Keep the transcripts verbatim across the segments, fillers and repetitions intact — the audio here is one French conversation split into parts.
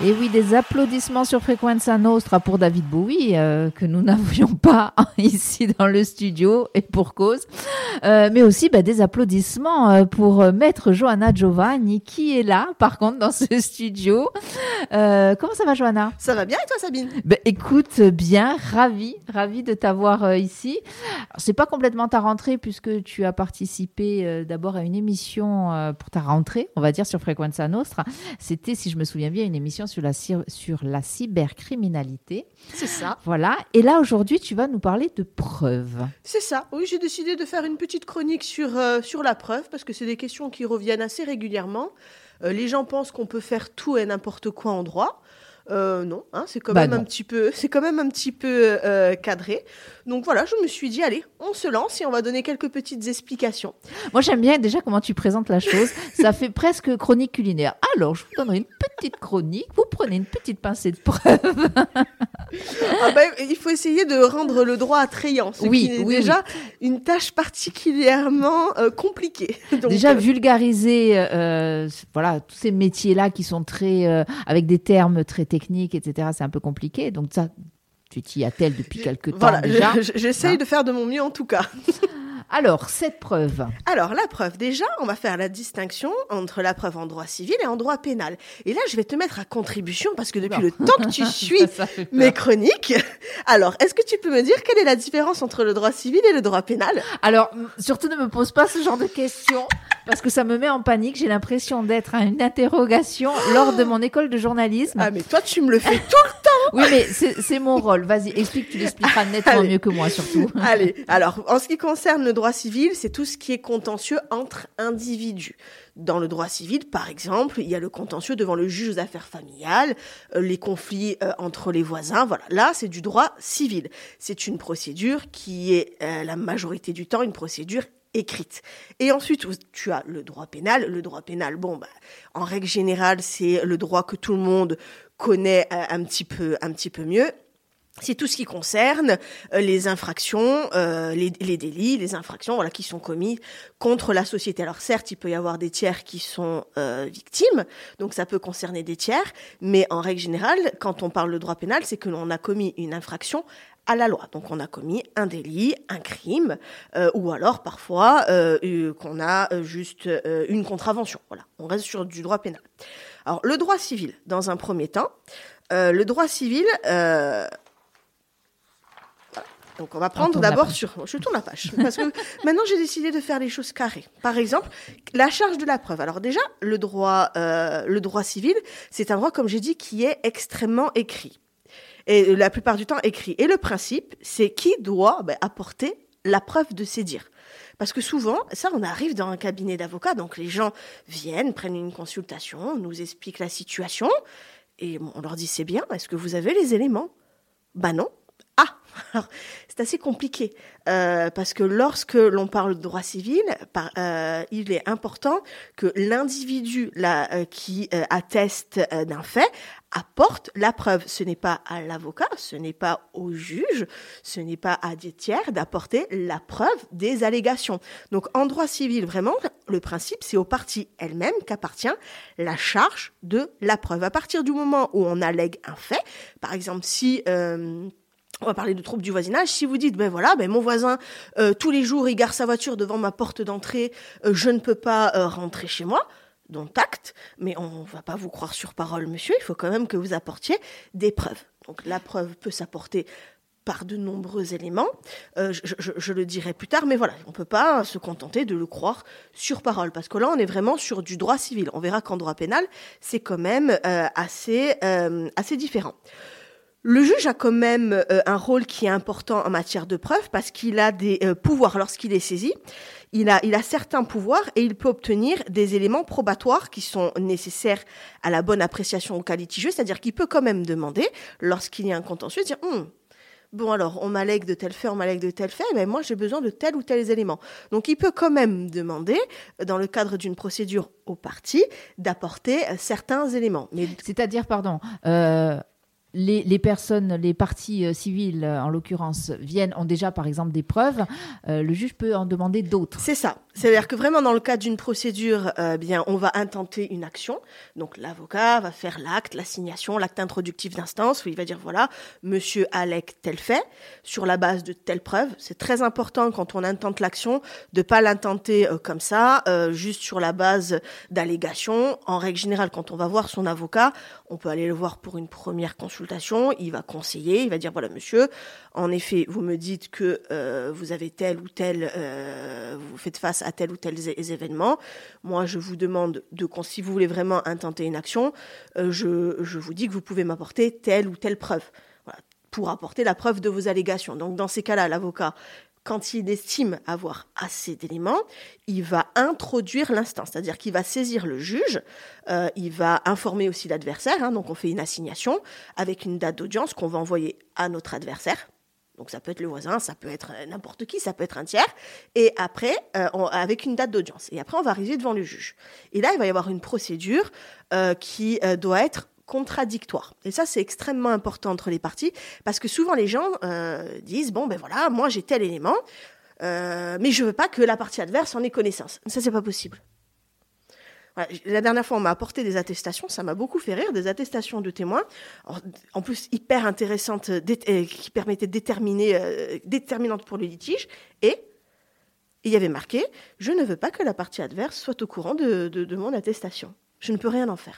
Et oui, des applaudissements sur Frequenza Nostra pour David Bowie, euh, que nous n'avions pas ici dans le studio, et pour cause. Euh, mais aussi bah, des applaudissements pour Maître Johanna Giovanni, qui est là, par contre, dans ce studio. Euh, comment ça va, Johanna ? Ça va bien, et toi, Sabine ? Bah, écoute, bien, ravie, ravie de t'avoir euh, ici. Alors, c'est pas complètement ta rentrée, puisque tu as participé euh, d'abord à une émission euh, pour ta rentrée, on va dire, sur Frequenza Nostra. C'était, si je me souviens bien, une émission sur la, sur la cybercriminalité. C'est ça. Voilà. Et là, aujourd'hui, tu vas nous parler de preuves. C'est ça. Oui, j'ai décidé de faire une petite chronique sur, euh, sur la preuve, parce que c'est des questions qui reviennent assez régulièrement. Euh, les gens pensent qu'on peut faire tout et n'importe quoi en droit. Euh, non, hein, c'est quand bah même non. un petit peu, c'est quand même un petit peu euh, cadré. Donc voilà, je me suis dit, allez, on se lance et on va donner quelques petites explications. Moi, j'aime bien déjà comment tu présentes la chose. Ça fait presque chronique culinaire. Alors, je vous donnerai une petite chronique. Vous prenez une petite pincée de preuves. Ah ben, il faut essayer de rendre le droit attrayant, ce oui, qui est oui, déjà oui. une tâche particulièrement euh, compliquée. Donc, déjà, euh... vulgariser euh, voilà, tous ces métiers-là qui sont très, euh, avec des termes très techniques, et cetera, c'est un peu compliqué. Donc ça, tu t'y attelles depuis quelques temps voilà, déjà. Je, j'essaye hein de faire de mon mieux en tout cas. Alors, cette preuve. Alors, la preuve, déjà, on va faire la distinction entre la preuve en droit civil et en droit pénal. Et là, je vais te mettre à contribution parce que depuis non. le temps que tu suis mes chroniques, alors, est-ce que tu peux me dire quelle est la différence entre le droit civil et le droit pénal ? Alors, surtout ne me pose pas ce genre de questions parce que ça me met en panique. J'ai l'impression d'être à une interrogation lors de mon école de journalisme. Ah, mais toi, tu me le fais tout le temps. Oui, mais c'est, c'est mon rôle. Vas-y, explique, tu l'expliqueras nettement Allez. mieux que moi, surtout. Allez, alors, en ce qui concerne le droit civil, c'est tout ce qui est contentieux entre individus. Dans le droit civil, par exemple, il y a le contentieux devant le juge aux affaires familiales, euh, les conflits euh, entre les voisins, voilà. Là, c'est du droit civil. C'est une procédure qui est, euh, la majorité du temps, une procédure écrite. Et ensuite, tu as le droit pénal. Le droit pénal, bon, bah, en règle générale, c'est le droit que tout le monde connaît euh, un petit peu, un petit peu mieux. C'est tout ce qui concerne euh, les infractions, euh, les, les délits, les infractions, voilà, qui sont commis contre la société. Alors certes, il peut y avoir des tiers qui sont euh, victimes, donc ça peut concerner des tiers, mais en règle générale, quand on parle de droit pénal, c'est que l'on a commis une infraction à la loi. Donc on a commis un délit, un crime, euh, ou alors parfois euh, euh, qu'on a euh, juste euh, une contravention. Voilà, on reste sur du droit pénal. Alors le droit civil, dans un premier temps, euh, le droit civil. Euh, Donc on va prendre d'abord sur... Je tourne la page. Parce que maintenant, j'ai décidé de faire les choses carrées. Par exemple, la charge de la preuve. Alors déjà, le droit, euh, le droit civil, c'est un droit, comme j'ai dit, qui est extrêmement écrit. Et la plupart du temps écrit. Et le principe, c'est qui doit ben, apporter la preuve de ses dires. Parce que souvent, ça, on arrive dans un cabinet d'avocats, donc les gens viennent, prennent une consultation, nous expliquent la situation, et on leur dit, c'est bien, est-ce que vous avez les éléments ? Ben non. Ah, alors, c'est assez compliqué euh, parce que lorsque l'on parle de droit civil, par, euh, il est important que l'individu là, euh, qui euh, atteste euh, d'un fait apporte la preuve. Ce n'est pas à l'avocat, ce n'est pas au juge, ce n'est pas à des tiers d'apporter la preuve des allégations. Donc en droit civil, vraiment, le principe, c'est aux parties elles-mêmes qu'appartient la charge de la preuve. À partir du moment où on allègue un fait, par exemple, si... Euh, on va parler de troubles du voisinage. Si vous dites, ben voilà, ben mon voisin, euh, tous les jours, il gare sa voiture devant ma porte d'entrée, euh, je ne peux pas euh, rentrer chez moi, dont acte, mais on ne va pas vous croire sur parole, monsieur, il faut quand même que vous apportiez des preuves. Donc la preuve peut s'apporter par de nombreux éléments, euh, je, je, je le dirai plus tard, mais voilà, on ne peut pas se contenter de le croire sur parole, parce que là, on est vraiment sur du droit civil. On verra qu'en droit pénal, c'est quand même euh, assez, euh, assez différent. Le juge a quand même euh, un rôle qui est important en matière de preuve parce qu'il a des euh, pouvoirs lorsqu'il est saisi. Il a, il a certains pouvoirs et il peut obtenir des éléments probatoires qui sont nécessaires à la bonne appréciation au cas litigieux. C'est-à-dire qu'il peut quand même demander, lorsqu'il y a un contentieux, dire hm, « bon alors, on m'allègue de tel fait, on m'allègue de tel fait, mais moi j'ai besoin de tel ou tel élément ». Donc il peut quand même demander, dans le cadre d'une procédure aux parties, d'apporter certains éléments. Mais... C'est-à-dire, pardon... Euh... les, les personnes, les parties euh, civiles, en l'occurrence, viennent, ont déjà par exemple des preuves, euh, le juge peut en demander d'autres. C'est ça. C'est-à-dire que vraiment dans le cadre d'une procédure, euh, bien, on va intenter une action. Donc l'avocat va faire l'acte, l'assignation, l'acte introductif d'instance où il va dire voilà, Monsieur Alec tel fait sur la base de telle preuve. C'est très important quand on intente l'action de pas l'intenter euh, comme ça, euh, juste sur la base d'allégations. En règle générale, quand on va voir son avocat, on peut aller le voir pour une première consultation. Il va conseiller, il va dire voilà Monsieur, en effet, vous me dites que euh, vous avez tel ou tel, euh, vous faites face à tel ou tel événement. Moi, je vous demande, de, si vous voulez vraiment intenter une action, euh, je, je vous dis que vous pouvez m'apporter telle ou telle preuve, voilà, pour apporter la preuve de vos allégations. Donc, dans ces cas-là, l'avocat, quand il estime avoir assez d'éléments, il va introduire l'instance, c'est-à-dire qu'il va saisir le juge, euh, il va informer aussi l'adversaire, hein, donc on fait une assignation avec une date d'audience qu'on va envoyer à notre adversaire. Donc ça peut être le voisin, ça peut être n'importe qui, ça peut être un tiers. Et après, euh, on, avec une date d'audience. Et après, on va arriver devant le juge. Et là, il va y avoir une procédure euh, qui euh, doit être contradictoire. Et ça, c'est extrêmement important entre les parties, parce que souvent les gens euh, disent, bon, ben voilà, moi j'ai tel élément, euh, mais je veux pas que la partie adverse en ait connaissance. Ça, c'est pas possible. Voilà. La dernière fois, on m'a apporté des attestations, ça m'a beaucoup fait rire, des attestations de témoins, en, en plus hyper intéressantes, dé, euh, qui permettaient de déterminer, euh, déterminantes pour le litige, et il y avait marqué « Je ne veux pas que la partie adverse soit au courant de, de, de mon attestation. Je ne peux rien en faire. »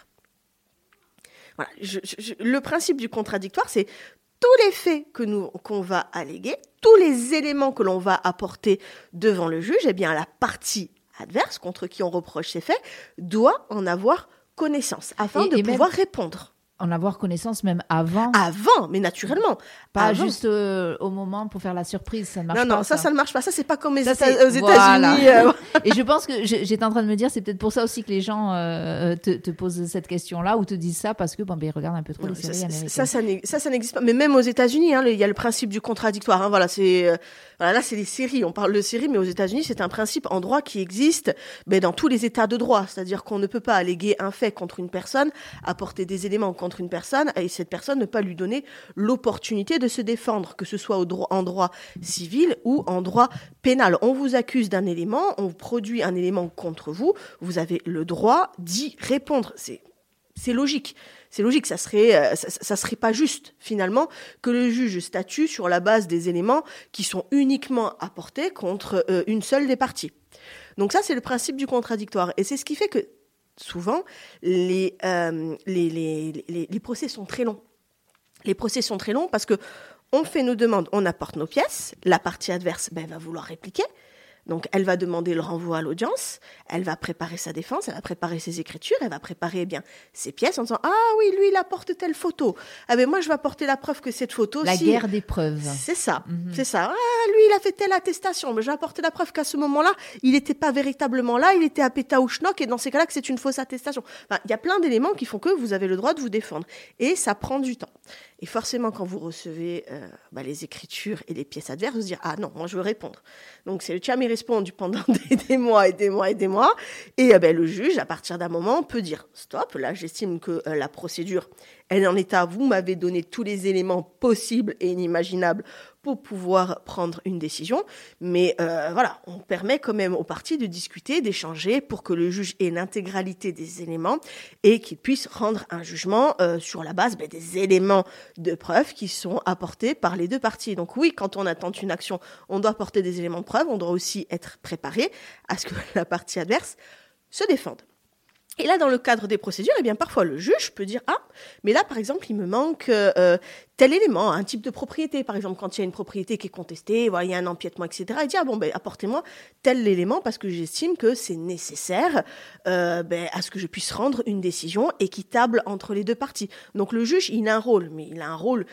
Voilà. Je, je, le principe du contradictoire, c'est tous les faits que nous, qu'on va alléguer, tous les éléments que l'on va apporter devant le juge, eh bien la partie adverse, contre qui on reproche ces faits, doit en avoir connaissance, afin et, de et pouvoir répondre. En avoir connaissance même avant. Avant, mais naturellement. Pas avant. juste euh, au moment pour faire la surprise, ça ne marche non, pas. Non, non, ça, ça, ça ne marche pas. Ça, c'est pas comme les ça, États- aux États-Unis. Voilà. Euh... Et je pense que j'étais en train de me dire, c'est peut-être pour ça aussi que les gens euh, te, te posent cette question-là ou te disent ça parce que bon, ben, ils regardent un peu trop non, les séries ça, américaines. Ça, ça, ça, ça n'existe pas. Mais même aux États-Unis, hein, il y a le principe du contradictoire. Hein, voilà, c'est euh, voilà, là, c'est les séries. On parle de séries, mais aux États-Unis, c'est un principe en droit qui existe ben, dans tous les États de droit. C'est-à-dire qu'on ne peut pas alléguer un fait contre une personne, apporter des éléments contre une personne, et cette personne ne pas lui donner l'opportunité de se défendre, que ce soit au droit, en droit civil ou en droit pénal. On vous accuse d'un élément, on produit un élément contre vous, vous avez le droit d'y répondre. C'est, c'est logique. C'est logique, ça serait, euh, ça, ça serait pas juste, finalement, que le juge statue sur la base des éléments qui sont uniquement apportés contre euh, une seule des parties. Donc ça, c'est le principe du contradictoire. Et c'est ce qui fait que souvent, les, euh, les, les, les, les procès sont très longs. Les procès sont très longs parce que on fait nos demandes, on apporte nos pièces, la partie adverse ben, va vouloir répliquer. Donc, elle va demander le renvoi à l'audience, elle va préparer sa défense, elle va préparer ses écritures, elle va préparer eh bien ses pièces en disant « Ah oui, lui, il apporte telle photo. Ah ben moi, je vais apporter la preuve que cette photo... » La si... guerre des preuves. C'est ça, mm-hmm. c'est ça. Ah, lui, il a fait telle attestation, mais je vais apporter la preuve qu'à ce moment-là, il n'était pas véritablement là, il était à péta ou schnock, et dans ces cas-là, que c'est une fausse attestation. Enfin, il y a plein d'éléments qui font que vous avez le droit de vous défendre. Et ça prend du temps. Et forcément, quand vous recevez euh, bah, les écritures et les pièces adverses, vous vous dites « Ah non, moi, je veux répondre. » Donc, c'est le tcham, il répond pendant des, des mois et des mois et des mois. Et euh, ben, le juge, à partir d'un moment, peut dire « Stop, là, j'estime que euh, la procédure, elle est en état. Vous m'avez donné tous les éléments possibles et inimaginables pour pouvoir prendre une décision. Mais euh, voilà, on permet quand même aux parties de discuter, d'échanger pour que le juge ait l'intégralité des éléments et qu'il puisse rendre un jugement euh, sur la base ben, des éléments de preuve qui sont apportés par les deux parties. Donc oui, quand on attend une action, on doit apporter des éléments de preuve, on doit aussi être préparé à ce que la partie adverse se défende. Et là, dans le cadre des procédures, eh bien, parfois, le juge peut dire « Ah, mais là, par exemple, il me manque euh, tel élément, un type de propriété. Par exemple, quand il y a une propriété qui est contestée, voilà, il y a un empiètement, et cetera. Il dit « Ah bon, ben, apportez-moi tel élément parce que j'estime que c'est nécessaire euh, ben, à ce que je puisse rendre une décision équitable entre les deux parties. » Donc, le juge, il a un rôle, mais il a un rôle...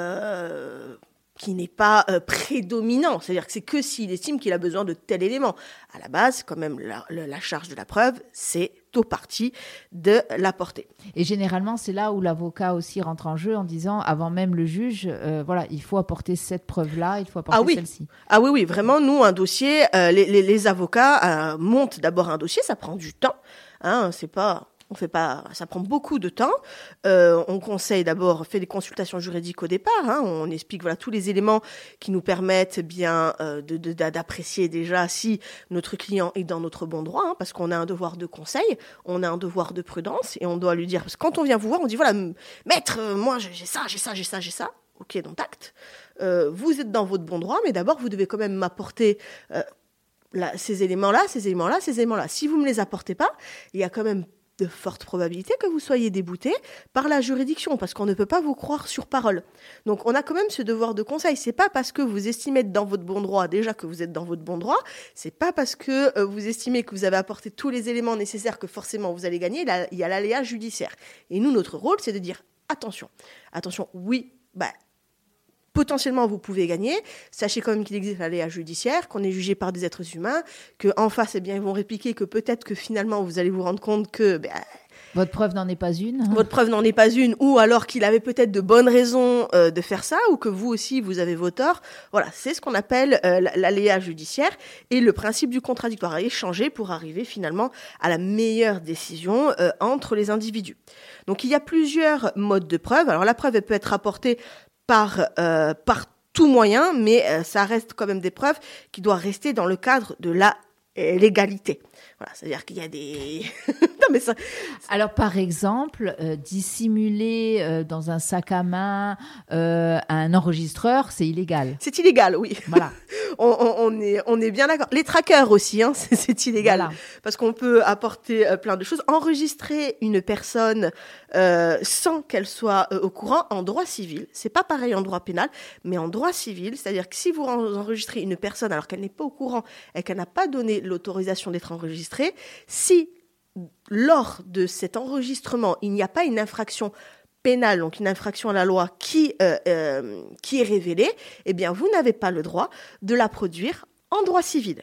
Euh, qui n'est pas euh, prédominant, c'est-à-dire que c'est que s'il estime qu'il a besoin de tel élément. À la base, quand même, la, la, la charge de la preuve, c'est aux parties de l'apporter. Et généralement, c'est là où l'avocat aussi rentre en jeu en disant, avant même le juge, euh, voilà, il faut apporter cette preuve-là, il faut apporter ah oui. celle-ci. Ah oui, oui, vraiment, nous, un dossier, euh, les, les, les avocats euh, montent d'abord un dossier, ça prend du temps, hein, c'est pas... On fait pas, ça prend beaucoup de temps. Euh, on conseille d'abord, fait des consultations juridiques au départ. Hein, on explique voilà tous les éléments qui nous permettent bien euh, de, de, d'apprécier déjà si notre client est dans notre bon droit, hein, parce qu'on a un devoir de conseil, on a un devoir de prudence et on doit lui dire. Parce que quand on vient vous voir, on dit voilà, maître, euh, moi j'ai ça, j'ai ça, j'ai ça, j'ai ça. Ok, donc acte. Euh, vous êtes dans votre bon droit, mais d'abord vous devez quand même m'apporter euh, là, ces éléments-là, ces éléments-là, ces éléments-là. Si vous me les apportez pas, il y a quand même de fortes probabilités que vous soyez débouté par la juridiction, parce qu'on ne peut pas vous croire sur parole. Donc, on a quand même ce devoir de conseil. C'est pas parce que vous estimez être dans votre bon droit, déjà que vous êtes dans votre bon droit, c'est pas parce que euh, vous estimez que vous avez apporté tous les éléments nécessaires que forcément vous allez gagner. Là, il y a l'aléa judiciaire. Et nous, notre rôle, c'est de dire, attention, attention, oui, bah, potentiellement, vous pouvez gagner. Sachez quand même qu'il existe l'aléa judiciaire, qu'on est jugé par des êtres humains, qu'en face, eh bien, ils vont répliquer que peut-être que finalement, vous allez vous rendre compte que... Ben, votre preuve n'en est pas une. Hein. Votre preuve n'en est pas une, ou alors qu'il avait peut-être de bonnes raisons euh, de faire ça, ou que vous aussi, vous avez vos torts. Voilà, c'est ce qu'on appelle euh, l'aléa judiciaire et le principe du contradictoire, à échanger pour arriver finalement à la meilleure décision euh, entre les individus. Donc, il y a plusieurs modes de preuve. Alors, la preuve, elle peut être apportée par, euh, par tout moyen, mais euh, ça reste quand même des preuves qui doivent rester dans le cadre de la euh, légalité. Voilà, c'est-à-dire qu'il y a des... non, mais ça... Alors, par exemple, euh, dissimuler euh, dans un sac à main euh, un enregistreur, c'est illégal. C'est illégal, oui. Voilà. on, on, on, est, on est bien d'accord. Les trackers aussi, hein, c'est, c'est illégal. Voilà. Parce qu'on peut apporter euh, plein de choses. Enregistrer une personne euh, sans qu'elle soit euh, au courant en droit civil, c'est pas pareil en droit pénal, mais en droit civil, c'est-à-dire que si vous enregistrez une personne alors qu'elle n'est pas au courant et qu'elle n'a pas donné l'autorisation d'être enregistrée, si lors de cet enregistrement, il n'y a pas une infraction pénale, donc une infraction à la loi qui, euh, euh, qui est révélée, eh bien, vous n'avez pas le droit de la produire en droit civil.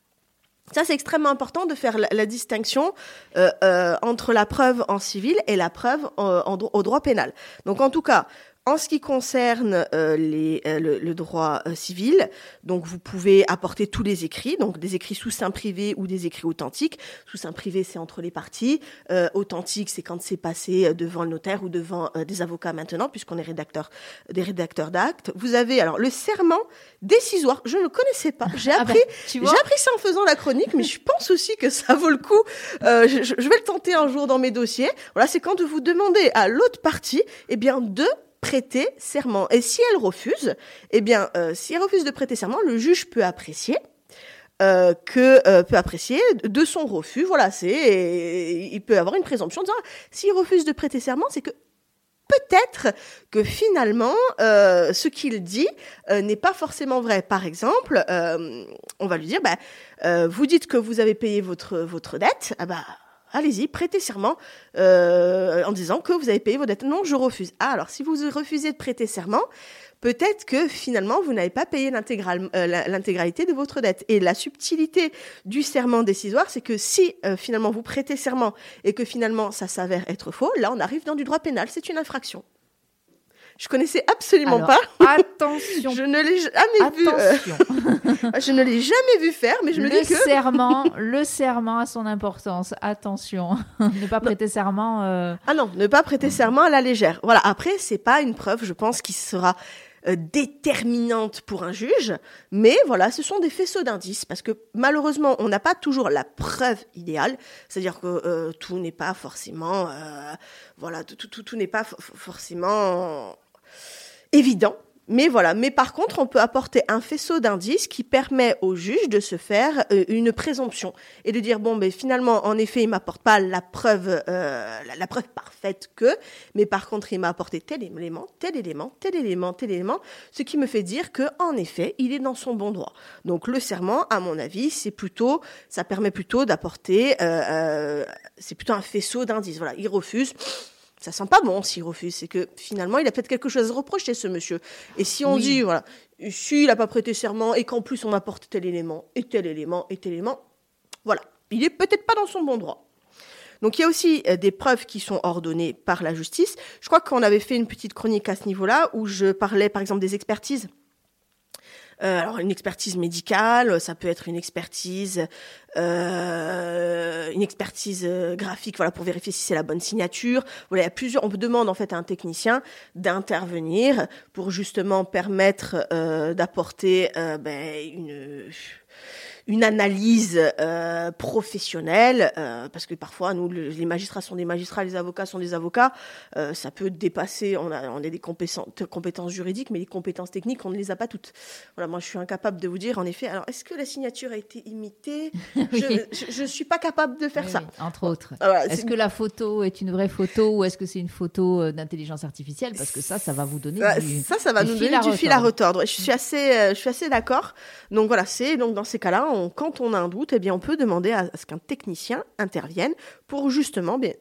Ça, c'est extrêmement important de faire la, la distinction euh, euh, entre la preuve en civil et la preuve en, en, au droit pénal. Donc, en tout cas, en ce qui concerne euh, les, euh, le, le droit euh, civil, donc vous pouvez apporter tous les écrits, donc des écrits sous seing privé ou des écrits authentiques. Sous seing privé, c'est entre les parties. Euh, authentique, c'est quand c'est passé devant le notaire ou devant euh, des avocats maintenant, puisqu'on est rédacteur, des rédacteurs d'actes. Vous avez alors le serment décisoire. Je ne le connaissais pas. J'ai appris, ah ben, j'ai appris ça en faisant la chronique, mais je pense aussi que ça vaut le coup. Euh, je, je vais le tenter un jour dans mes dossiers. Voilà, c'est quand vous demandez à l'autre partie, eh bien, de prêter serment. Et si elle refuse, eh bien, euh, si elle refuse de prêter serment, le juge peut apprécier euh, que euh, peut apprécier de son refus. Voilà, c'est et, il peut avoir une présomption en disant ah, s'il refuse de prêter serment, c'est que peut-être que finalement euh, ce qu'il dit euh, n'est pas forcément vrai. Par exemple, euh, on va lui dire bah euh, vous dites que vous avez payé votre votre dette, ah bah allez-y, prêtez serment euh, en disant que vous avez payé vos dettes. Non, je refuse. Ah, alors si vous refusez de prêter serment, peut-être que finalement vous n'avez pas payé l'intégral, euh, l'intégralité de votre dette. Et la subtilité du serment décisoire, c'est que si euh, finalement vous prêtez serment et que finalement ça s'avère être faux, là on arrive dans du droit pénal, c'est une infraction. Je connaissais absolument Alors, pas. Attention. Je ne l'ai jamais attention. vu. Euh, je ne l'ai jamais vu faire, mais je le me dis que serment, le serment a son importance. Attention, ne pas prêter non. serment. Euh... Ah non, ne pas prêter serment à la légère. Voilà. Après, c'est pas une preuve, je pense, qui sera euh, déterminante pour un juge, mais voilà, ce sont des faisceaux d'indices, parce que malheureusement, on n'a pas toujours la preuve idéale. C'est-à-dire que euh, tout n'est pas forcément, euh, voilà, tout, tout, tout n'est pas f- forcément évident. Mais voilà, mais par contre, on peut apporter un faisceau d'indices qui permet au juge de se faire euh, une présomption et de dire bon, ben finalement, en effet, il m'apporte pas la preuve, euh, la, la preuve parfaite que, mais par contre, il m'a apporté tel élément, tel élément, tel élément, tel élément, ce qui me fait dire que, en effet, il est dans son bon droit. Donc le serment, à mon avis, c'est plutôt, ça permet plutôt d'apporter, euh, euh, c'est plutôt un faisceau d'indices. Voilà, il refuse. Ça sent pas bon s'il refuse, c'est que finalement il a peut-être quelque chose à se reprocher ce monsieur. Et si on oui. dit voilà, si il a pas prêté serment et qu'en plus on apporte tel élément et tel élément et tel élément, voilà, il est peut-être pas dans son bon droit. Donc il y a aussi euh, des preuves qui sont ordonnées par la justice. Je crois qu'on avait fait une petite chronique à ce niveau-là où je parlais par exemple des expertises. Euh, alors une expertise médicale, ça peut être une expertise, euh, une expertise graphique, voilà, pour vérifier si c'est la bonne signature. Voilà, il y a plusieurs. On demande en fait à un technicien d'intervenir pour justement permettre euh, d'apporter euh, ben, une une analyse euh, professionnelle, euh, parce que parfois, nous, le, les magistrats sont des magistrats, les avocats sont des avocats, euh, ça peut dépasser, on a, on a des compétences, compétences juridiques, mais les compétences techniques, on ne les a pas toutes. Voilà, moi, je suis incapable de vous dire, en effet, alors, est-ce que la signature a été imitée ? Oui. Je ne suis pas capable de faire oui, ça. Oui, entre autres. Voilà, est-ce que la photo est une vraie photo ou est-ce que c'est une photo d'intelligence artificielle ? Parce que ça, ça va vous donner euh, du Ça, ça va nous donner du fil à retordre. Je suis assez, euh, je suis assez d'accord. Donc voilà, c'est donc dans ces cas-là, on, quand on a un doute, eh bien, on peut demander à, à ce qu'un technicien intervienne pour justement bien,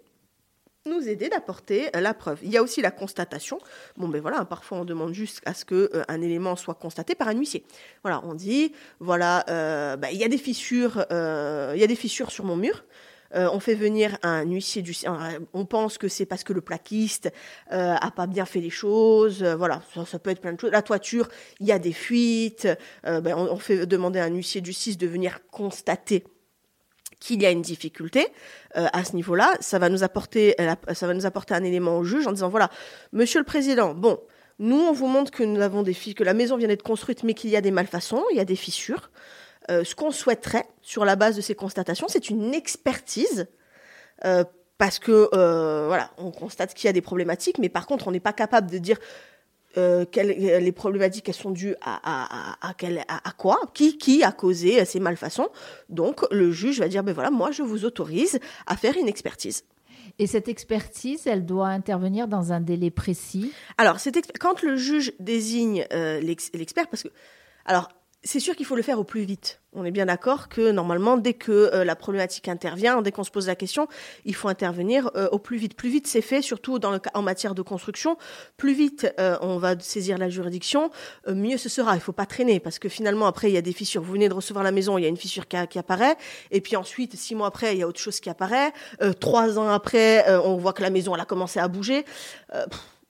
nous aider d'apporter euh, la preuve. Il y a aussi la constatation. Bon, ben voilà, parfois on demande juste à ce qu'un euh, élément soit constaté par un huissier. Voilà, on dit, voilà, euh, ben, il y a des fissures, euh, il y a des fissures sur mon mur. Euh, on fait venir un huissier du, on pense que c'est parce que le plaquiste euh, a pas bien fait les choses, euh, voilà, ça, ça peut être plein de choses. La toiture, il y a des fuites, euh, ben on, on fait demander à un huissier du S I S de venir constater qu'il y a une difficulté euh, à ce niveau-là. Ça va nous apporter, ça va nous apporter un élément au juge en disant voilà, Monsieur le Président, bon, nous on vous montre que nous avons des fissures, que la maison vient d'être construite, mais qu'il y a des malfaçons, il y a des fissures. Euh, ce qu'on souhaiterait, sur la base de ces constatations, c'est une expertise, euh, parce que, euh, voilà, on constate qu'il y a des problématiques, mais par contre, on n'est pas capable de dire euh, quelles, les problématiques, elles sont dues à, à, à, à, quel, à, à quoi, qui, qui a causé ces malfaçons. Donc, le juge va dire, ben voilà, moi, je vous autorise à faire une expertise. Et cette expertise, elle doit intervenir dans un délai précis ? Alors, cette exp- quand le juge désigne euh, l'ex- l'expert, parce que, alors, c'est sûr qu'il faut le faire au plus vite. On est bien d'accord que normalement, dès que euh, la problématique intervient, dès qu'on se pose la question, il faut intervenir euh, au plus vite. Plus vite c'est fait, surtout dans le cas, en matière de construction. Plus vite euh, on va saisir la juridiction, euh, mieux ce sera. Il ne faut pas traîner parce que finalement, après, il y a des fissures. Vous venez de recevoir la maison, il y a une fissure qui, a, qui apparaît. Et puis ensuite, six mois après, il y a autre chose qui apparaît. Euh, trois ans après, euh, on voit que la maison, elle a commencé à bouger. Euh,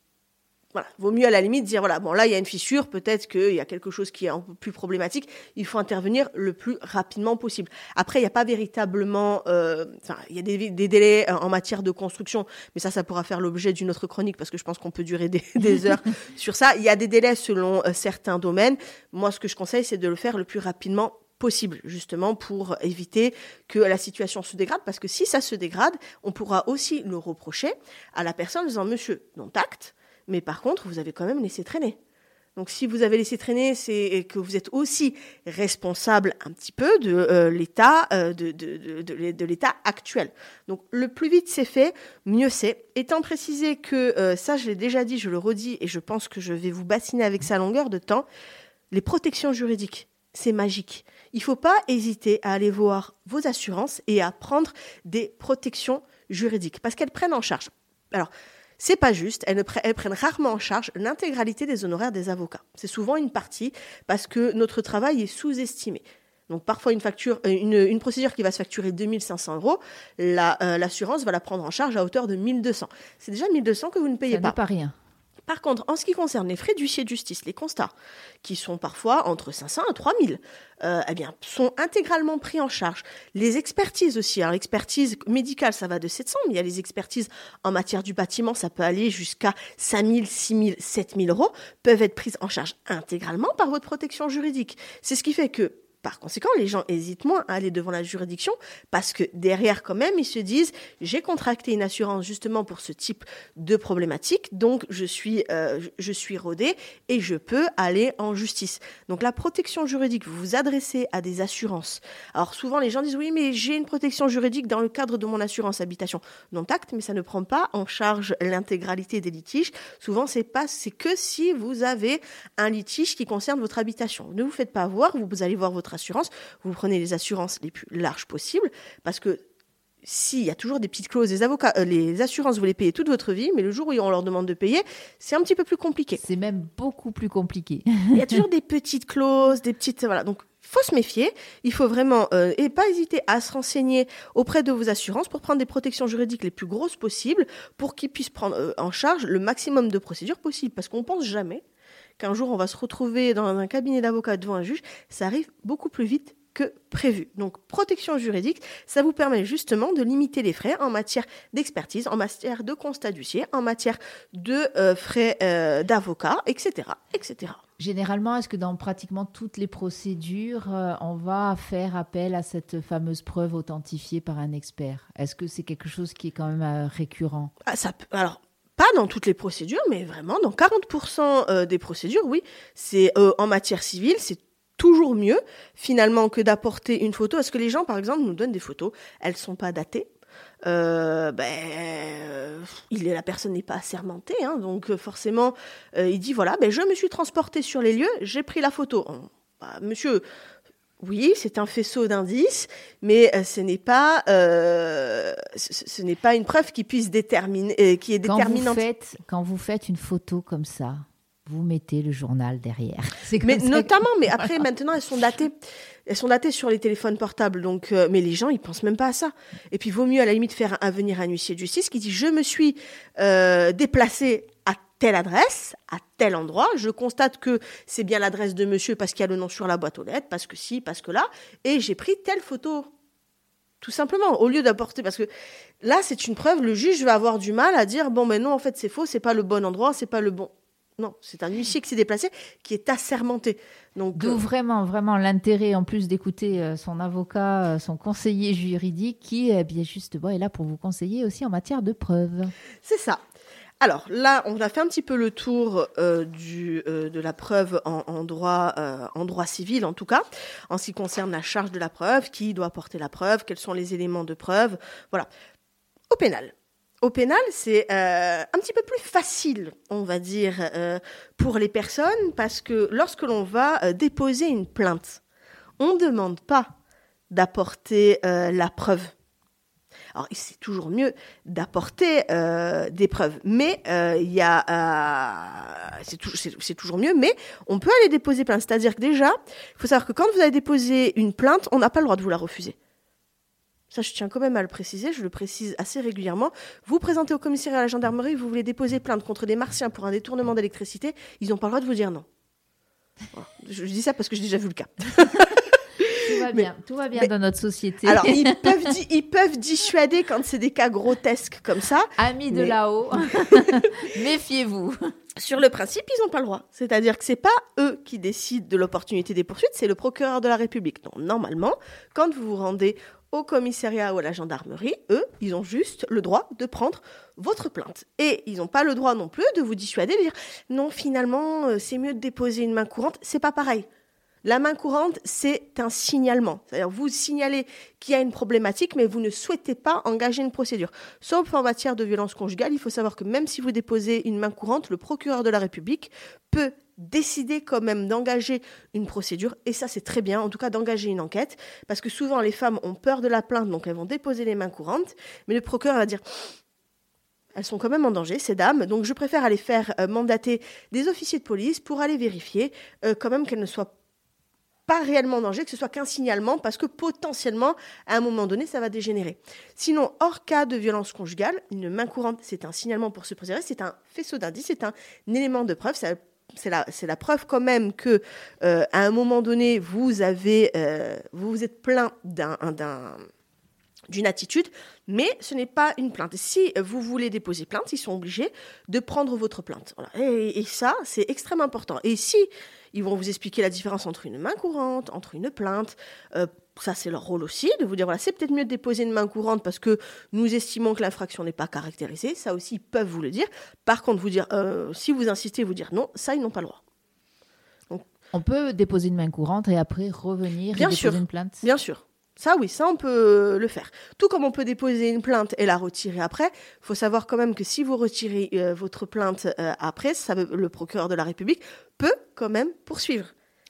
Voilà, vaut mieux à la limite dire voilà, bon là il y a une fissure, peut-être qu'il y a quelque chose qui est un peu plus problématique, il faut intervenir le plus rapidement possible. Après, il n'y a pas véritablement, euh, enfin, il y a des, des délais en matière de construction, mais ça, ça pourra faire l'objet d'une autre chronique parce que je pense qu'on peut durer des, des heures sur ça. Il y a des délais selon euh, certains domaines. Moi, ce que je conseille, c'est de le faire le plus rapidement possible, justement, pour éviter que la situation se dégrade, parce que si ça se dégrade, on pourra aussi le reprocher à la personne en disant monsieur, non acte. Mais par contre, vous avez quand même laissé traîner. Donc, si vous avez laissé traîner, c'est que vous êtes aussi responsable un petit peu de euh, l'état euh, de, de, de, de, de l'état actuel. Donc, le plus vite c'est fait, mieux c'est. Étant précisé que euh, ça, je l'ai déjà dit, je le redis, et je pense que je vais vous bassiner avec sa longueur de temps. Les protections juridiques, c'est magique. Il ne faut pas hésiter à aller voir vos assurances et à prendre des protections juridiques, parce qu'elles prennent en charge. Alors, c'est pas juste, elles, ne pre- elles prennent rarement en charge l'intégralité des honoraires des avocats. C'est souvent une partie parce que notre travail est sous-estimé. Donc parfois une facture, une, une procédure qui va se facturer deux mille cinq cents euros, la, euh, l'assurance va la prendre en charge à hauteur de mille deux cents. C'est déjà mille deux cents que vous ne payez Ça pas. n'est pas rien. Par contre, en ce qui concerne les frais d'huissier de justice, les constats, qui sont parfois entre cinq cents et trois mille, euh, eh bien, sont intégralement pris en charge. Les expertises aussi, alors l'expertise médicale, ça va de sept cents, mais il y a les expertises en matière du bâtiment, ça peut aller jusqu'à cinq mille, six mille, sept mille euros, peuvent être prises en charge intégralement par votre protection juridique. C'est ce qui fait que, par conséquent, les gens hésitent moins à aller devant la juridiction parce que derrière, quand même, ils se disent « j'ai contracté une assurance justement pour ce type de problématique, donc je suis, euh, je suis rodé et je peux aller en justice ». Donc la protection juridique, vous vous adressez à des assurances. Alors souvent, les gens disent « oui, mais j'ai une protection juridique dans le cadre de mon assurance habitation ». Non acte, mais ça ne prend pas en charge l'intégralité des litiges. Souvent, c'est pas, c'est que si vous avez un litige qui concerne votre habitation. Ne vous faites pas avoir, vous allez voir votre assurance, vous prenez les assurances les plus larges possibles, parce que s'il y a toujours des petites clauses, les avocats, euh, les assurances, vous les payez toute votre vie, mais le jour où on leur demande de payer, c'est un petit peu plus compliqué. C'est même beaucoup plus compliqué. Il y a toujours des petites clauses, des petites, voilà. Donc, il faut se méfier. Il faut vraiment euh, et pas hésiter à se renseigner auprès de vos assurances pour prendre des protections juridiques les plus grosses possibles, pour qu'ils puissent prendre euh, en charge le maximum de procédures possibles, parce qu'on pense jamais qu'un jour on va se retrouver dans un cabinet d'avocat devant un juge, ça arrive beaucoup plus vite que prévu. Donc, protection juridique, ça vous permet justement de limiter les frais en matière d'expertise, en matière de constat d'huissier, en matière de euh, frais euh, d'avocat, et cetera, et cetera. Généralement, est-ce que dans pratiquement toutes les procédures, euh, on va faire appel à cette fameuse preuve authentifiée par un expert? Est-ce que c'est quelque chose qui est quand même euh, récurrent? Ah, ça peut, alors, pas dans toutes les procédures, mais vraiment dans quarante pour cent euh, des procédures, oui. C'est euh, en matière civile, c'est toujours mieux, finalement, que d'apporter une photo. Parce que les gens, par exemple, nous donnent des photos, elles sont pas datées. Euh, ben, euh, il est, la personne n'est pas assermentée, hein, donc euh, forcément, euh, il dit voilà, ben, je me suis transporté sur les lieux, j'ai pris la photo. Oh, bah, monsieur, oui, c'est un faisceau d'indices, mais euh, ce n'est pas, euh, ce, ce n'est pas une preuve qui puisse déterminer, euh, qui est déterminante. Quand vous faites, quand vous faites une photo comme ça, vous mettez le journal derrière. C'est mais notamment, que... mais après, voilà. Maintenant, elles sont datées. Elles sont datées sur les téléphones portables. Donc, euh, mais les gens, ils pensent même pas à ça. Et puis, il vaut mieux, à la limite, faire un, venir un huissier de justice qui dit « Je me suis euh, déplacé à telle adresse, à tel endroit. Je constate que c'est bien l'adresse de monsieur parce qu'il y a le nom sur la boîte aux lettres, parce que si, parce que là. Et j'ai pris telle photo. » Tout simplement, au lieu d'apporter... Parce que là, c'est une preuve. Le juge va avoir du mal à dire « Bon, mais non, en fait, c'est faux. C'est pas le bon endroit. C'est pas le bon... » Non, c'est un huissier qui s'est déplacé, qui est assermenté. Donc, D'où euh... vraiment, vraiment l'intérêt, en plus d'écouter euh, son avocat, euh, son conseiller juridique, qui, eh bien, justement, est là pour vous conseiller aussi en matière de preuves. C'est ça. Alors là, on a fait un petit peu le tour euh, du, euh, de la preuve en, en, droit, euh, en droit civil, en tout cas, en ce qui concerne la charge de la preuve, qui doit apporter la preuve, quels sont les éléments de preuve. Voilà. Au pénal. Au pénal, c'est euh, un petit peu plus facile, on va dire, euh, pour les personnes, parce que lorsque l'on va euh, déposer une plainte, on ne demande pas d'apporter euh, la preuve. Alors, c'est toujours mieux d'apporter euh, des preuves, mais euh, il y a, euh, c'est, tout, c'est, c'est toujours mieux, mais on peut aller déposer plainte. C'est-à-dire que déjà, il faut savoir que quand vous allez déposer une plainte, on n'a pas le droit de vous la refuser. Ça, je tiens quand même à le préciser, je le précise assez régulièrement. Vous présentez au commissariat à la gendarmerie, vous voulez déposer plainte contre des martiens pour un détournement d'électricité, ils n'ont pas le droit de vous dire non. Voilà. Je, je dis ça parce que j'ai déjà vu le cas. Tout va bien, mais, tout va bien mais, dans notre société. Alors, ils peuvent, di- ils peuvent dissuader quand c'est des cas grotesques comme ça. Amis de mais... là-haut, méfiez-vous. Sur le principe, ils n'ont pas le droit. C'est-à-dire que ce n'est pas eux qui décident de l'opportunité des poursuites, c'est le procureur de la République. Donc, normalement, quand vous vous rendez au commissariat ou à la gendarmerie, eux, ils ont juste le droit de prendre votre plainte. Et ils n'ont pas le droit non plus de vous dissuader, de dire « Non, finalement, c'est mieux de déposer une main courante. » C'est pas pareil. La main courante, c'est un signalement. C'est-à-dire vous signalez qu'il y a une problématique, mais vous ne souhaitez pas engager une procédure. Sauf en matière de violence conjugale, il faut savoir que même si vous déposez une main courante, le procureur de la République peut décider quand même d'engager une procédure, et ça c'est très bien, en tout cas d'engager une enquête, parce que souvent les femmes ont peur de la plainte, donc elles vont déposer les mains courantes, mais le procureur va dire... Elles sont quand même en danger, ces dames, donc je préfère aller faire euh, mandater des officiers de police pour aller vérifier euh, quand même qu'elles ne soient pas réellement en danger, que ce soit qu'un signalement, parce que potentiellement, à un moment donné, ça va dégénérer. Sinon, hors cas de violence conjugale, une main courante, c'est un signalement pour se préserver, c'est un faisceau d'indices, c'est un élément de preuve, ça, c'est, la, c'est la preuve quand même que, euh, à un moment donné, vous avez, euh, vous vous êtes plaint d'un, d'un, d'une attitude, mais ce n'est pas une plainte. Si vous voulez déposer plainte, ils sont obligés de prendre votre plainte. Voilà. Et, et ça, c'est extrêmement important. Et si ils vont vous expliquer la différence entre une main courante, entre une plainte, euh, ça c'est leur rôle aussi, de vous dire, voilà, c'est peut-être mieux de déposer une main courante parce que nous estimons que l'infraction n'est pas caractérisée. Ça aussi, ils peuvent vous le dire. Par contre, vous dire, euh, si vous insistez, vous dire non, ça, ils n'ont pas le droit. Donc, on peut déposer une main courante et après revenir bien et déposer sûr, une plainte. Bien sûr. Ça, oui, ça, on peut le faire. Tout comme on peut déposer une plainte et la retirer après, il faut savoir quand même que si vous retirez euh, votre plainte euh, après, ça veut, le procureur de la République peut quand même poursuivre.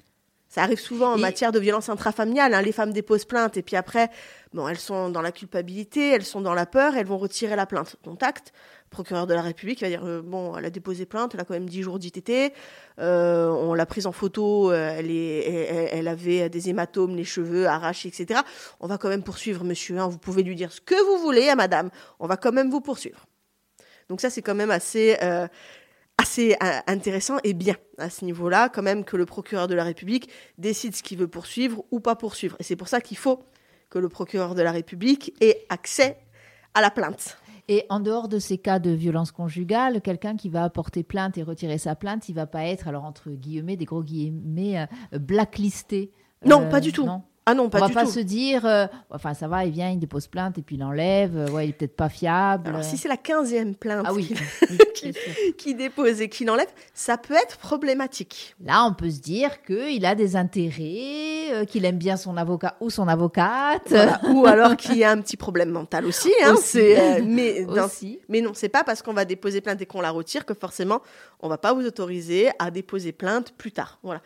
Ça arrive souvent en et... matière de violence intrafamiliale. Hein, les femmes déposent plainte et puis après, bon, elles sont dans la culpabilité, elles sont dans la peur, elles vont retirer la plainte. Contact, le procureur de la République va dire euh, bon, elle a déposé plainte, elle a quand même dix jours d'I T T, euh, on l'a prise en photo, euh, elle, est, elle, elle avait des hématomes, les cheveux arrachés, et cetera. On va quand même poursuivre monsieur, hein, vous pouvez lui dire ce que vous voulez à madame, on va quand même vous poursuivre. Donc ça, c'est quand même assez... Euh, assez euh, intéressant et bien à ce niveau-là, quand même, que le procureur de la République décide ce qu'il veut poursuivre ou pas poursuivre. Et c'est pour ça qu'il faut que le procureur de la République ait accès à la plainte. Et en dehors de ces cas de violence conjugale, quelqu'un qui va porter plainte et retirer sa plainte, il ne va pas être, alors entre guillemets, des gros guillemets, euh, blacklisté. Non, euh, pas du tout. Non. Ah non, pas On du va pas tout. se dire, euh, enfin ça va, il vient, il dépose plainte et puis il enlève, euh, ouais, il est peut-être pas fiable. Alors si c'est la quinzième plainte Ah oui, qu'il oui, qui, bien sûr. qui dépose et qui l'enlève, ça peut être problématique. Là, on peut se dire qu'il a des intérêts, euh, qu'il aime bien son avocat ou son avocate. Voilà. Ou alors qu'il y a un petit problème mental aussi. Hein, Aussi. c'est, euh, mais, dans- Aussi. mais non, c'est pas parce qu'on va déposer plainte et qu'on la retire que forcément on va pas vous autoriser à déposer plainte plus tard. Voilà.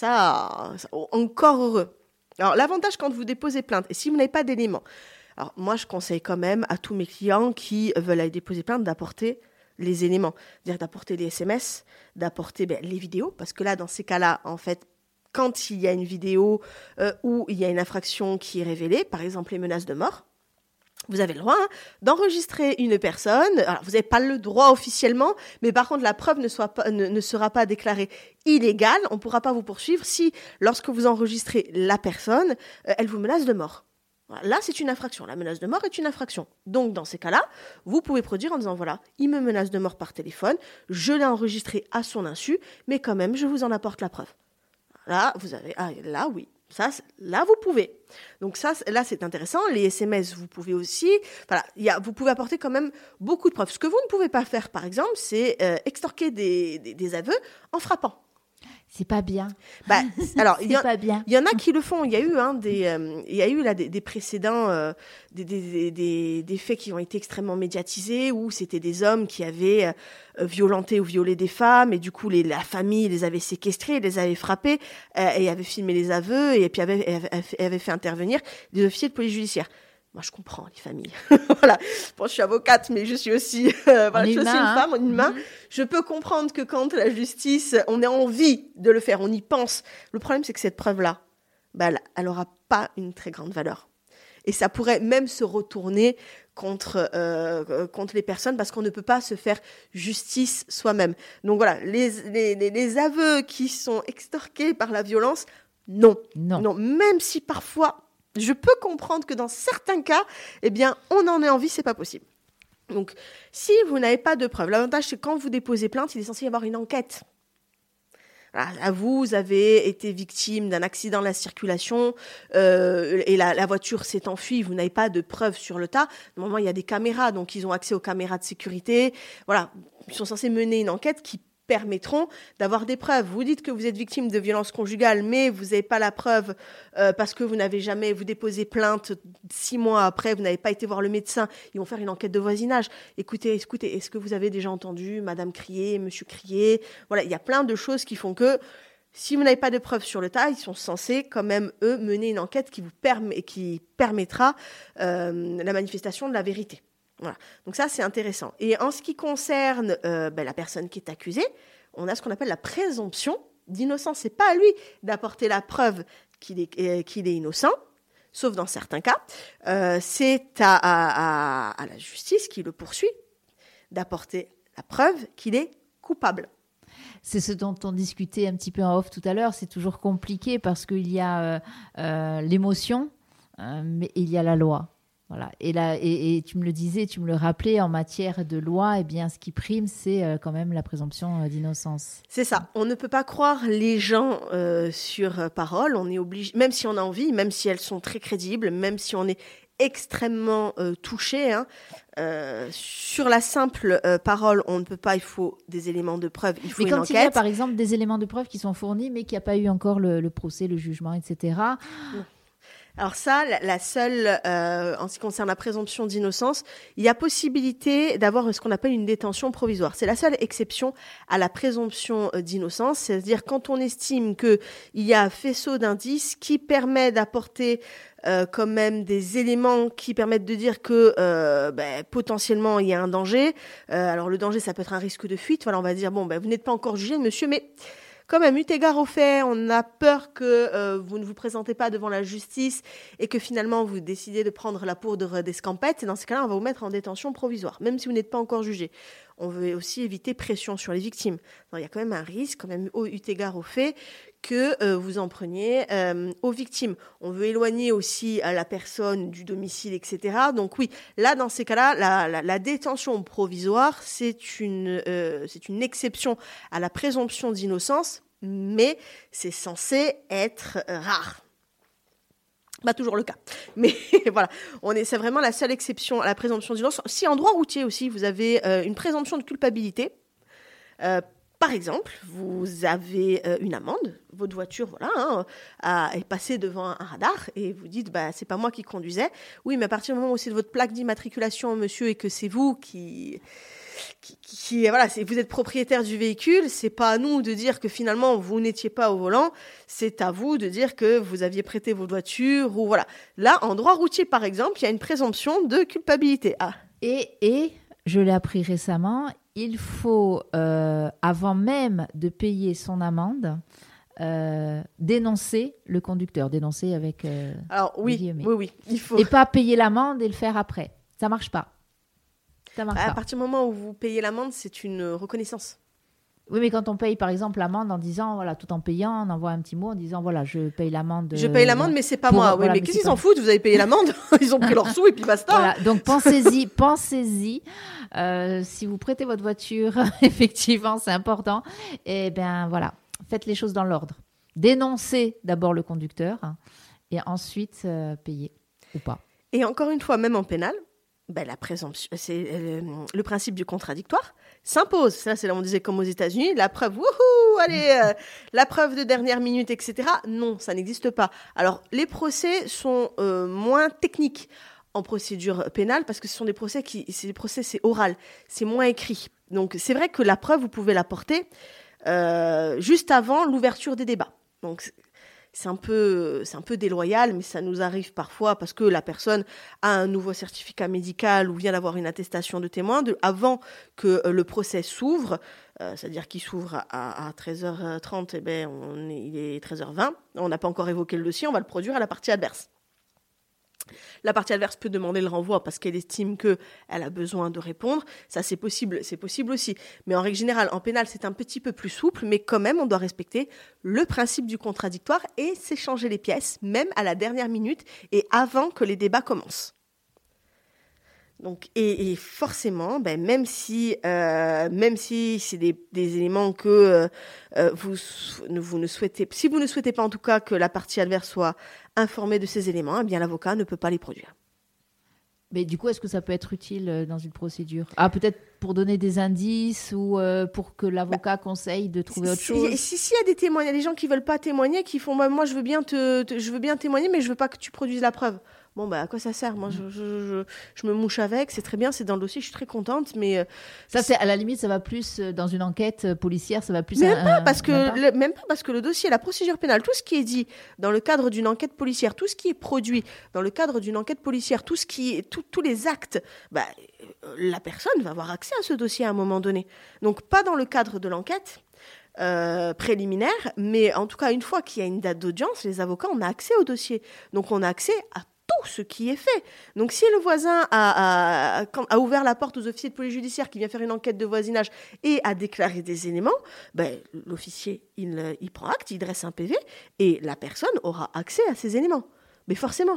Ça, ça encore heureux. Alors, l'avantage quand vous déposez plainte, et si vous n'avez pas d'éléments, alors moi, je conseille quand même à tous mes clients qui veulent aller déposer plainte d'apporter les éléments. C'est-à-dire d'apporter les S M S, d'apporter ben, les vidéos, parce que là, dans ces cas-là, en fait, quand il y a une vidéo euh, où il y a une infraction qui est révélée, par exemple les menaces de mort, vous avez le droit hein, d'enregistrer une personne. Alors, vous n'avez pas le droit officiellement, mais par contre, la preuve ne, soit pas, ne, ne sera pas déclarée illégale. On ne pourra pas vous poursuivre si, lorsque vous enregistrez la personne, euh, elle vous menace de mort. Voilà, là, c'est une infraction. La menace de mort est une infraction. Donc, dans ces cas-là, vous pouvez produire en disant, voilà, il me menace de mort par téléphone, je l'ai enregistré à son insu, mais quand même, je vous en apporte la preuve. Là, vous avez, ah, là, oui. Ça, là, vous pouvez. Donc ça, là, c'est intéressant. Les S M S, vous pouvez aussi. Voilà, il y a, vous pouvez apporter quand même beaucoup de preuves. Ce que vous ne pouvez pas faire, par exemple, c'est euh, extorquer des, des, des aveux en frappant. C'est pas bien. Bah, alors, il y, C'est pas bien. il y en a qui le font. Il y a eu, hein, des, euh, il y a eu là des, des précédents, euh, des, des, des, des faits qui ont été extrêmement médiatisés où c'était des hommes qui avaient euh, violenté ou violé des femmes et du coup les, la famille les avait séquestrés, les avait frappés euh, et avait filmé les aveux et puis avait, avait, avait fait intervenir des officiers de police judiciaire. Moi, je comprends les familles. Voilà. Bon, je suis avocate, mais je suis aussi, euh, voilà, je suis humain, aussi une hein. femme, une main. Mmh. Je peux comprendre que quand la justice, on a envie de le faire, on y pense. Le problème, c'est que cette preuve-là, bah, elle n'aura pas une très grande valeur. Et ça pourrait même se retourner contre, euh, contre les personnes parce qu'on ne peut pas se faire justice soi-même. Donc voilà, les, les, les, les aveux qui sont extorqués par la violence, non. Non. Non, même si parfois... Je peux comprendre que dans certains cas, eh bien, on en ait envie, c'est pas possible. Donc, si vous n'avez pas de preuves, l'avantage, c'est que quand vous déposez plainte, il est censé y avoir une enquête. Voilà, vous avez été victime d'un accident de la circulation euh, et la, la voiture s'est enfuie, vous n'avez pas de preuves sur le tas. Normalement, il y a des caméras, donc ils ont accès aux caméras de sécurité. Voilà, ils sont censés mener une enquête qui permettront d'avoir des preuves. Vous dites que vous êtes victime de violences conjugales, mais vous n'avez pas la preuve euh, parce que vous n'avez jamais, vous déposez plainte six mois après, vous n'avez pas été voir le médecin. Ils vont faire une enquête de voisinage. Écoutez, écoutez, est-ce que vous avez déjà entendu Madame crier, Monsieur crier? Voilà, il y a plein de choses qui font que si vous n'avez pas de preuves sur le tas, ils sont censés quand même, eux, mener une enquête qui vous permet, qui permettra euh, la manifestation de la vérité. Voilà. Donc ça, c'est intéressant. Et en ce qui concerne euh, ben, la personne qui est accusée, on a ce qu'on appelle la présomption d'innocence. C'est pas à lui d'apporter la preuve qu'il est, euh, qu'il est innocent, sauf dans certains cas. Euh, c'est à, à, à, à la justice qui le poursuit d'apporter la preuve qu'il est coupable. C'est ce dont on discutait un petit peu en off tout à l'heure. C'est toujours compliqué parce qu'il y a euh, euh, l'émotion, euh, mais il y a la loi. Voilà. Et, là, et, et tu me le disais, tu me le rappelais, en matière de loi, eh bien, ce qui prime, c'est euh, quand même la présomption euh, d'innocence. C'est ça. On ne peut pas croire les gens euh, sur euh, parole. On est obligé, même si on a envie, même si elles sont très crédibles, même si on est extrêmement euh, touché, hein, euh, sur la simple euh, parole, on ne peut pas. Il faut des éléments de preuve. Il faut mais une quand enquête. il y a, par exemple, des éléments de preuve qui sont fournis, mais qu'il n'y a pas eu encore le, le procès, le jugement, et cetera. Non. Alors ça, la, la seule, euh, en ce qui concerne la présomption d'innocence, il y a possibilité d'avoir ce qu'on appelle une détention provisoire. C'est la seule exception à la présomption d'innocence, c'est-à-dire quand on estime qu'il y a un faisceau d'indices qui permet d'apporter euh, quand même des éléments qui permettent de dire que euh, ben, potentiellement il y a un danger. Euh, alors le danger, ça peut être un risque de fuite. Voilà, on va dire, bon, ben, vous n'êtes pas encore jugé, monsieur, mais... Quand même, eu égard au fait, on a peur que euh, vous ne vous présentez pas devant la justice et que finalement vous décidez de prendre la poudre d'escampette. Et dans ce cas-là, on va vous mettre en détention provisoire, même si vous n'êtes pas encore jugé. on veut aussi éviter pression sur les victimes. Alors, il y a quand même un risque, quand même, eu égard au fait que euh, vous en preniez euh, aux victimes. On veut éloigner aussi euh, la personne du domicile, et cetera. Donc oui, là, dans ces cas-là, la, la, la détention provisoire, c'est une, euh, c'est une exception à la présomption d'innocence, mais c'est censé être euh, rare. Pas toujours le cas. Mais voilà, on est, c'est vraiment la seule exception à la présomption d'innocence. Si en droit routier aussi, vous avez euh, une présomption de culpabilité, euh, par exemple, vous avez euh, une amende, votre voiture voilà, hein, a, est passée devant un radar et vous dites bah, « c'est pas moi qui conduisais ». Oui, mais à partir du moment où c'est de votre plaque d'immatriculation, monsieur, et que c'est vous qui... Qui, qui, qui, voilà, c'est, vous êtes propriétaire du véhicule, c'est pas à nous de dire que finalement vous n'étiez pas au volant, c'est à vous de dire que vous aviez prêté votre voiture ou voilà. Là, en droit routier par exemple, il y a une présomption de culpabilité. Ah. Et, et je l'ai appris récemment, il faut, euh, avant même de payer son amende, euh, dénoncer le conducteur, dénoncer avec. Euh, Alors oui, oui, oui, il faut. Et pas payer l'amende et le faire après. Ça marche pas. Ça marche à pas. partir du moment où vous payez l'amende, c'est une reconnaissance. Oui, mais quand on paye, par exemple, l'amende en disant, voilà, tout en payant, on envoie un petit mot en disant, voilà, je paye l'amende. Je paye l'amende, euh, mais c'est pas pour, moi. Voilà, oui, mais, mais qu'est-ce qu'ils s'en foutent? Vous avez payé l'amende, ils ont pris leur sous et puis basta. Voilà, donc pensez-y, pensez-y. Euh, si vous prêtez votre voiture, effectivement, c'est important. Et bien, voilà, faites les choses dans l'ordre. Dénoncez d'abord le conducteur hein, et ensuite euh, payez ou pas. Et encore une fois, même en pénal, ben, la présomption, c'est le, le principe du contradictoire s'impose. Ça, c'est là où on disait comme aux États-Unis, la preuve, wouhou, allez, euh, la preuve de dernière minute, et cetera. Non, ça n'existe pas. Alors, les procès sont euh, moins techniques en procédure pénale parce que ce sont des procès qui, c'est des procès, c'est oral, c'est moins écrit. Donc, c'est vrai que la preuve, vous pouvez l'apporter euh, juste avant l'ouverture des débats. Donc, c'est un peu, c'est un peu déloyal, mais ça nous arrive parfois parce que la personne a un nouveau certificat médical ou vient d'avoir une attestation de témoin de, avant que euh, le procès s'ouvre, euh, c'est-à-dire qu'il s'ouvre à, à treize heures trente, et ben on est, il est treize heures vingt, on n'a pas encore évoqué le dossier, on va le produire à la partie adverse. La partie adverse peut demander le renvoi parce qu'elle estime qu'elle a besoin de répondre. Ça, c'est possible, c'est possible aussi. Mais en règle générale, en pénal, c'est un petit peu plus souple, mais quand même, on doit respecter le principe du contradictoire et s'échanger les pièces, même à la dernière minute et avant que les débats commencent. Donc, et, et forcément, ben, même si, euh, même si c'est des, des éléments que euh, vous, vous ne souhaitez, si vous ne souhaitez pas en tout cas que la partie adverse soit informée de ces éléments, eh bien l'avocat ne peut pas les produire. Mais du coup, est-ce que ça peut être utile dans une procédure ? Ah, peut-être pour donner des indices ou euh, pour que l'avocat bah, conseille de trouver autre chose. Si, si, si, il y a des témoins, il y a des gens qui veulent pas témoigner, qui font, bah, moi, je veux bien te, te, je veux bien témoigner, mais je veux pas que tu produises la preuve. Bon, bah, à quoi ça sert ? Moi, je, je, je, je me mouche avec, c'est très bien, c'est dans le dossier, je suis très contente, mais... Euh, ça, c'est, à la limite, ça va plus, dans une enquête policière, ça va plus... Même, un, pas, parce un, que, même, pas. Le, même pas parce que le dossier, la procédure pénale, tout ce qui est dit dans le cadre d'une enquête policière, tout ce qui est produit dans le cadre d'une enquête policière, tout ce qui est, tout, tous les actes, bah, la personne va avoir accès à ce dossier à un moment donné. Donc, pas dans le cadre de l'enquête, Euh, préliminaire, mais en tout cas, une fois qu'il y a une date d'audience, les avocats, on a accès au dossier. Donc, on a accès à tout ce qui est fait. Donc, si le voisin a, a, a ouvert la porte aux officiers de police judiciaire qui vient faire une enquête de voisinage et a déclaré des éléments, ben, l'officier, il, il prend acte, il dresse un P V et la personne aura accès à ces éléments. Mais forcément.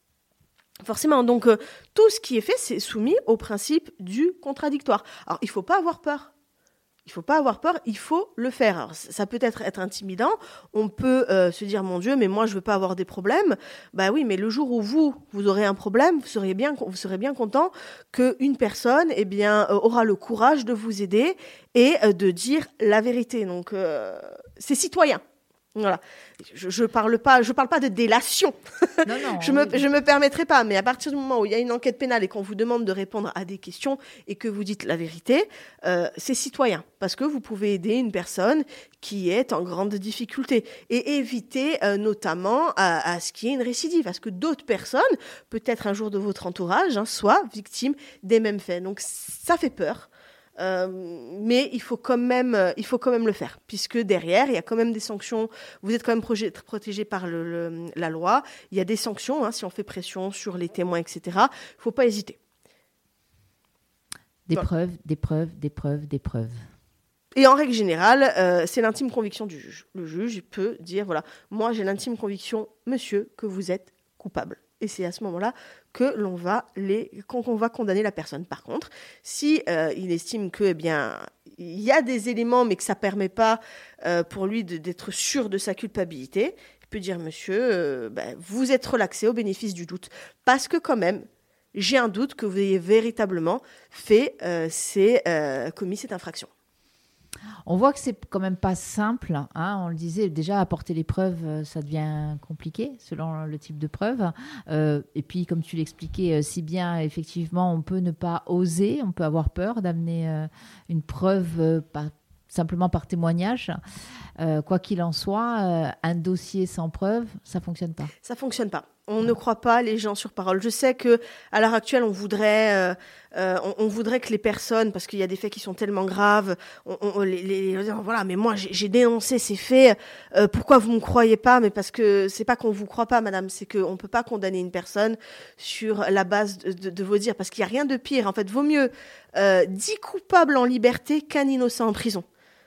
Forcément. Donc, euh, tout ce qui est fait, c'est soumis au principe du contradictoire. Alors, il ne faut pas avoir peur. Il ne faut pas avoir peur, il faut le faire. Alors, ça peut être, être intimidant, on peut euh, se dire, mon Dieu, mais moi, je ne veux pas avoir des problèmes. Bah oui, mais le jour où vous, vous aurez un problème, vous serez bien, vous serez bien content qu'une personne eh bien, euh, aura le courage de vous aider et euh, de dire la vérité. Donc, euh, c'est citoyen. Voilà. Je, je parle pas, je parle pas de délation. Non, non, je me, je me permettrai pas. Mais à partir du moment où il y a une enquête pénale et qu'on vous demande de répondre à des questions et que vous dites la vérité, euh, c'est citoyen. Parce que vous pouvez aider une personne qui est en grande difficulté et éviter euh, notamment à, à ce qu'il y ait une récidive. Parce que d'autres personnes, peut-être un jour de votre entourage, hein, soient victimes des mêmes faits. Donc, ça fait peur. Euh, mais il faut quand même, euh, il faut quand même le faire, puisque derrière il y a quand même des sanctions. Vous êtes quand même progé- protégé par le, le, la loi. Il y a des sanctions hein, si on fait pression sur les témoins, et cetera. Il ne faut pas hésiter. Des Bon. preuves, des preuves, des preuves, des preuves. Et en règle générale, euh, c'est l'intime conviction du juge. Le juge peut dire, voilà, moi j'ai l'intime conviction, monsieur, que vous êtes coupable. Et c'est à ce moment-là que l'on va, les, qu'on, qu'on va condamner la personne. Par contre, si euh, il estime que, eh bien, il y a des éléments, mais que ça ne permet pas euh, pour lui de, d'être sûr de sa culpabilité, il peut dire, monsieur, euh, ben, vous êtes relaxé au bénéfice du doute. Parce que quand même, j'ai un doute que vous ayez véritablement fait, euh, ces, euh, commis cette infraction. On voit que c'est quand même pas simple, hein. On le disait déjà, apporter les preuves, ça devient compliqué selon le type de preuve. Euh, et puis, comme tu l'expliquais si bien, effectivement, on peut ne pas oser, on peut avoir peur d'amener euh, une preuve euh, pas simplement par témoignage. Euh, quoi qu'il en soit, euh, un dossier sans preuve, ça fonctionne pas. Ça fonctionne pas. On ne croit pas les gens sur parole. Je sais que à l'heure actuelle, on voudrait, euh, euh, on, on voudrait que les personnes, parce qu'il y a des faits qui sont tellement graves, on, on, les, les, les, voilà. Mais moi, j'ai, j'ai dénoncé ces faits. Euh, pourquoi vous me croyez pas? Mais parce que c'est pas qu'on vous croit pas, madame. C'est qu'on peut pas condamner une personne sur la base de, de, de vos dires, parce qu'il y a rien de pire. En fait, vaut mieux euh, dix coupables en liberté qu'un innocent en prison.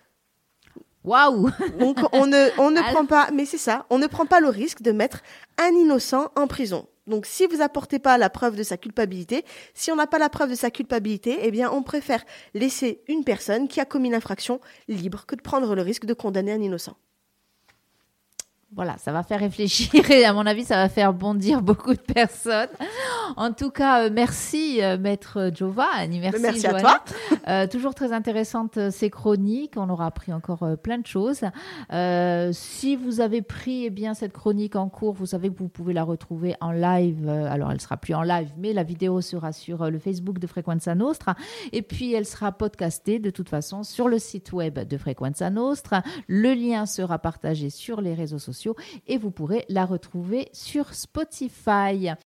Waouh! Donc on ne, on ne prend pas, mais c'est ça, on ne prend pas le risque de mettre un innocent en prison. Donc si vous apportez pas la preuve de sa culpabilité, si on n'a pas la preuve de sa culpabilité, eh bien on préfère laisser une personne qui a commis l'infraction libre que de prendre le risque de condamner un innocent. Voilà, ça va faire réfléchir et à mon avis, ça va faire bondir beaucoup de personnes. En tout cas, euh, merci euh, Maître Giovanni, merci, merci Johanna. à toi. Euh, toujours très intéressantes euh, ces chroniques, on aura appris encore euh, plein de choses. Euh, si vous avez pris eh bien, cette chronique en cours, vous savez que vous pouvez la retrouver en live. Euh, alors, elle sera plus en live, mais la vidéo sera sur euh, le Facebook de Frequenza Nostra. Et puis, elle sera podcastée de toute façon sur le site web de Frequenza Nostra. Le lien sera partagé sur les réseaux sociaux et vous pourrez la retrouver sur Spotify.